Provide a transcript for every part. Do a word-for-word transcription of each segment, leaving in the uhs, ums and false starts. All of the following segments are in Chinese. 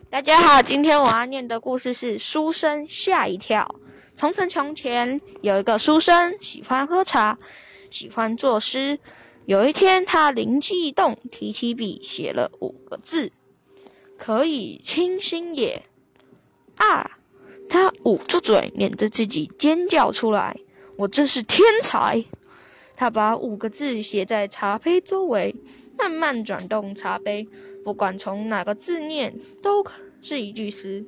大家好，今天我要念的故事是书生吓一跳。从前从前有一个书生，喜欢喝茶，喜欢作诗。有一天他灵机一动，提起笔写了五个字：可以清心也。啊！他捂住嘴，免得自己尖叫出来。我真是天才！他把五个字写在茶杯周围，慢慢转动茶杯，不管从哪个字念，都是一句诗。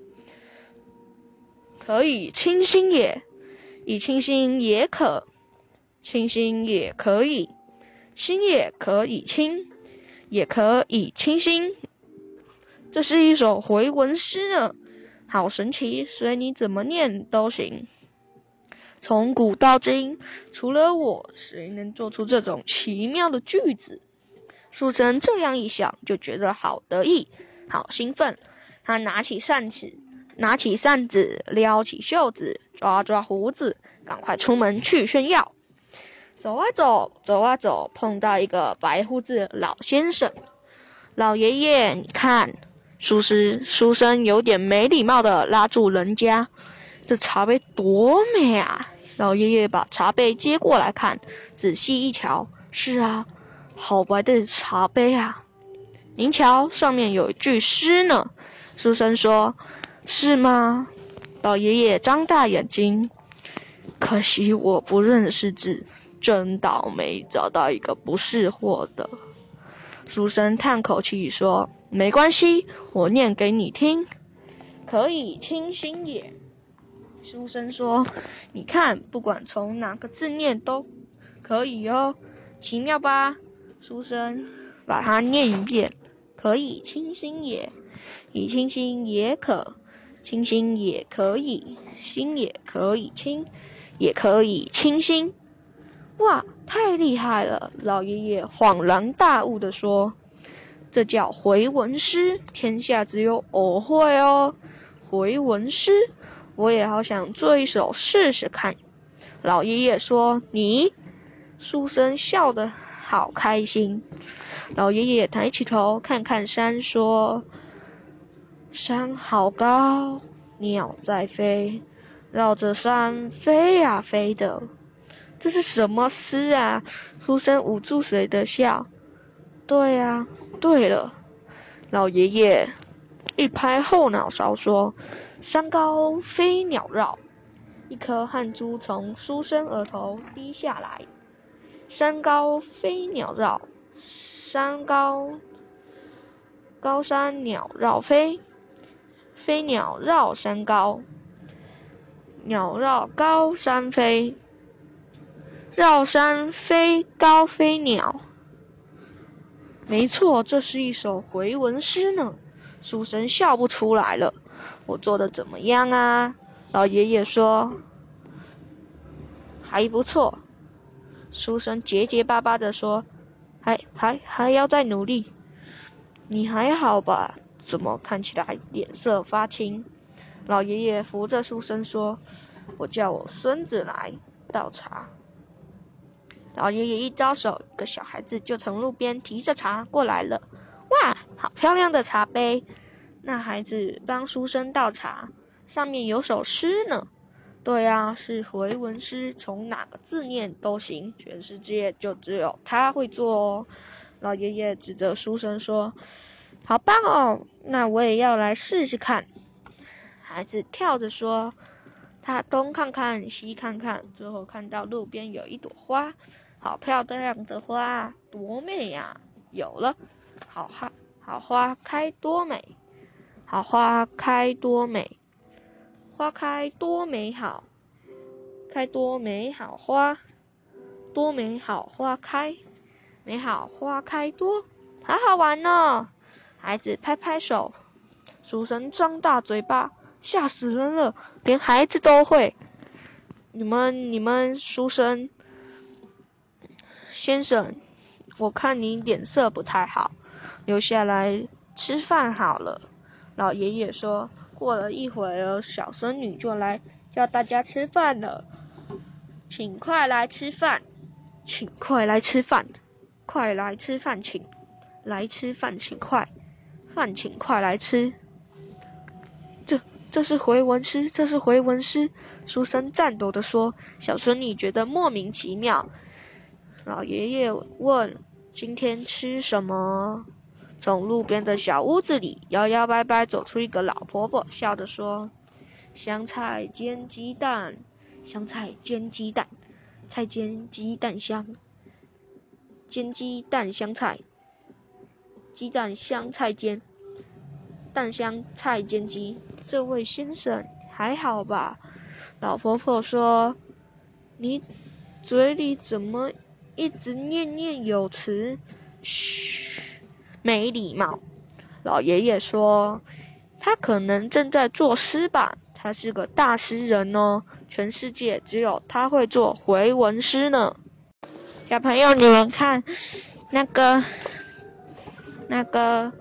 可以清心也，以清心也可，清心也可以，心也可以清，也可以清心。这是一首回文诗呢，好神奇，随你怎么念都行。从古到今，除了我，谁能做出这种奇妙的句子？书生这样一想，就觉得好得意，好兴奋。他拿起扇子，拿起扇子，撩起袖子，抓抓胡子，赶快出门去炫耀。走啊走，走啊走，碰到一个白胡子老先生。老爷爷，你看，书生书生有点没礼貌的拉住人家。这茶杯多美啊！老爷爷把茶杯接过来看，仔细一瞧，是啊，好白的茶杯啊！您瞧，上面有一句诗呢。书生说：是吗？老爷爷张大眼睛，可惜我不认识字，真倒霉，找到一个不识货的。书生叹口气说：没关系，我念给你听。可以清心也。书生说：你看，不管从哪个字念都可以哦，奇妙吧？书生把它念一遍：可以清心也，以清心也可，清心也可以，心也可以清，也可以清心。哇，太厉害了！老爷爷恍然大悟地说：这叫回文诗，天下只有我会哦。回文诗，我也好想做一首试试看。老爷爷说：你？书生笑得好开心。老爷爷抬起头看看山，说：山好高，鸟在飞，绕着山飞呀飞的。这是什么诗啊？书生捂住嘴的笑。对啊，对了。老爷爷一拍后脑勺说：山高飞鸟绕。一颗汗珠从书生额头滴下来。山高飞鸟绕，山高高山鸟绕飞，飞鸟绕山高，鸟绕高山飞，绕山飞高飞鸟。没错，这是一首回文诗呢。书生笑不出来了。我做的怎么样啊？老爷爷说：还不错。书生结结巴巴地说：还还还要再努力。你还好吧？怎么看起来脸色发青？老爷爷扶着书生说：我叫我孙子来倒茶。老爷爷一招手，一个小孩子就从路边提着茶过来了。哇，好漂亮的茶杯！那孩子帮书生倒茶，上面有首诗呢。对啊，是回文诗，从哪个字念都行，全世界就只有他会做哦。老爷爷指着书生说：好棒哦，那我也要来试试看。孩子跳着说，他东看看西看看，最后看到路边有一朵花，好漂亮的花，多美呀！有了，好花好花开多美，好花开多美，花开多美好，开多美好花，多美好花开，美好花开多，好好玩哦！孩子拍拍手。书生张大嘴巴，吓死人了，连孩子都会。你们你们书生先生，我看你脸色不太好，留下来吃饭好了。老爷爷说，过了一会儿，小孙女就来叫大家吃饭了。请快来吃饭，请快来吃饭，快来吃饭请，来吃饭请快，饭请快来吃。 这这是回文诗，这是回文诗。书生颤抖地说：“小孙女觉得莫名其妙。”老爷爷问：“今天吃什么？”从路边的小屋子里摇摇摆摆走出一个老婆婆，笑着说：“香菜煎鸡蛋，香菜煎鸡蛋，菜煎鸡蛋香，煎鸡蛋香菜，鸡蛋香菜煎，蛋香菜煎鸡。这位先生还好吧？”老婆婆说：“你嘴里怎么一直念念有词？嘘，没礼貌。”老爷爷说：“他可能正在作诗吧，他是个大诗人哦，全世界只有他会做回文诗呢。”小朋友，你们看，那个那个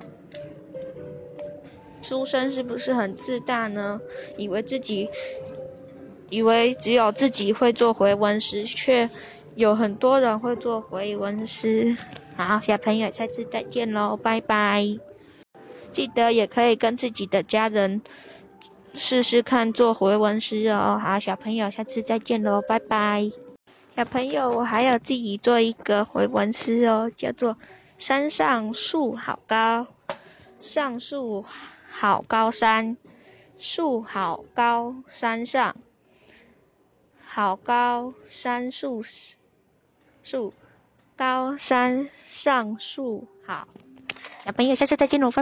书生是不是很自大呢？以为自己以为只有自己会做回文诗，却有很多人会做回文诗。好，小朋友，下次再见咯，拜拜。记得也可以跟自己的家人试试看做回文诗哦。好，小朋友，下次再见咯，拜拜。小朋友，我还有自己做一个回文诗哦，叫做山上树好高，上树好高山，树好高山上，好高山树树高山上树好。小朋友，下次再见喽，拜拜。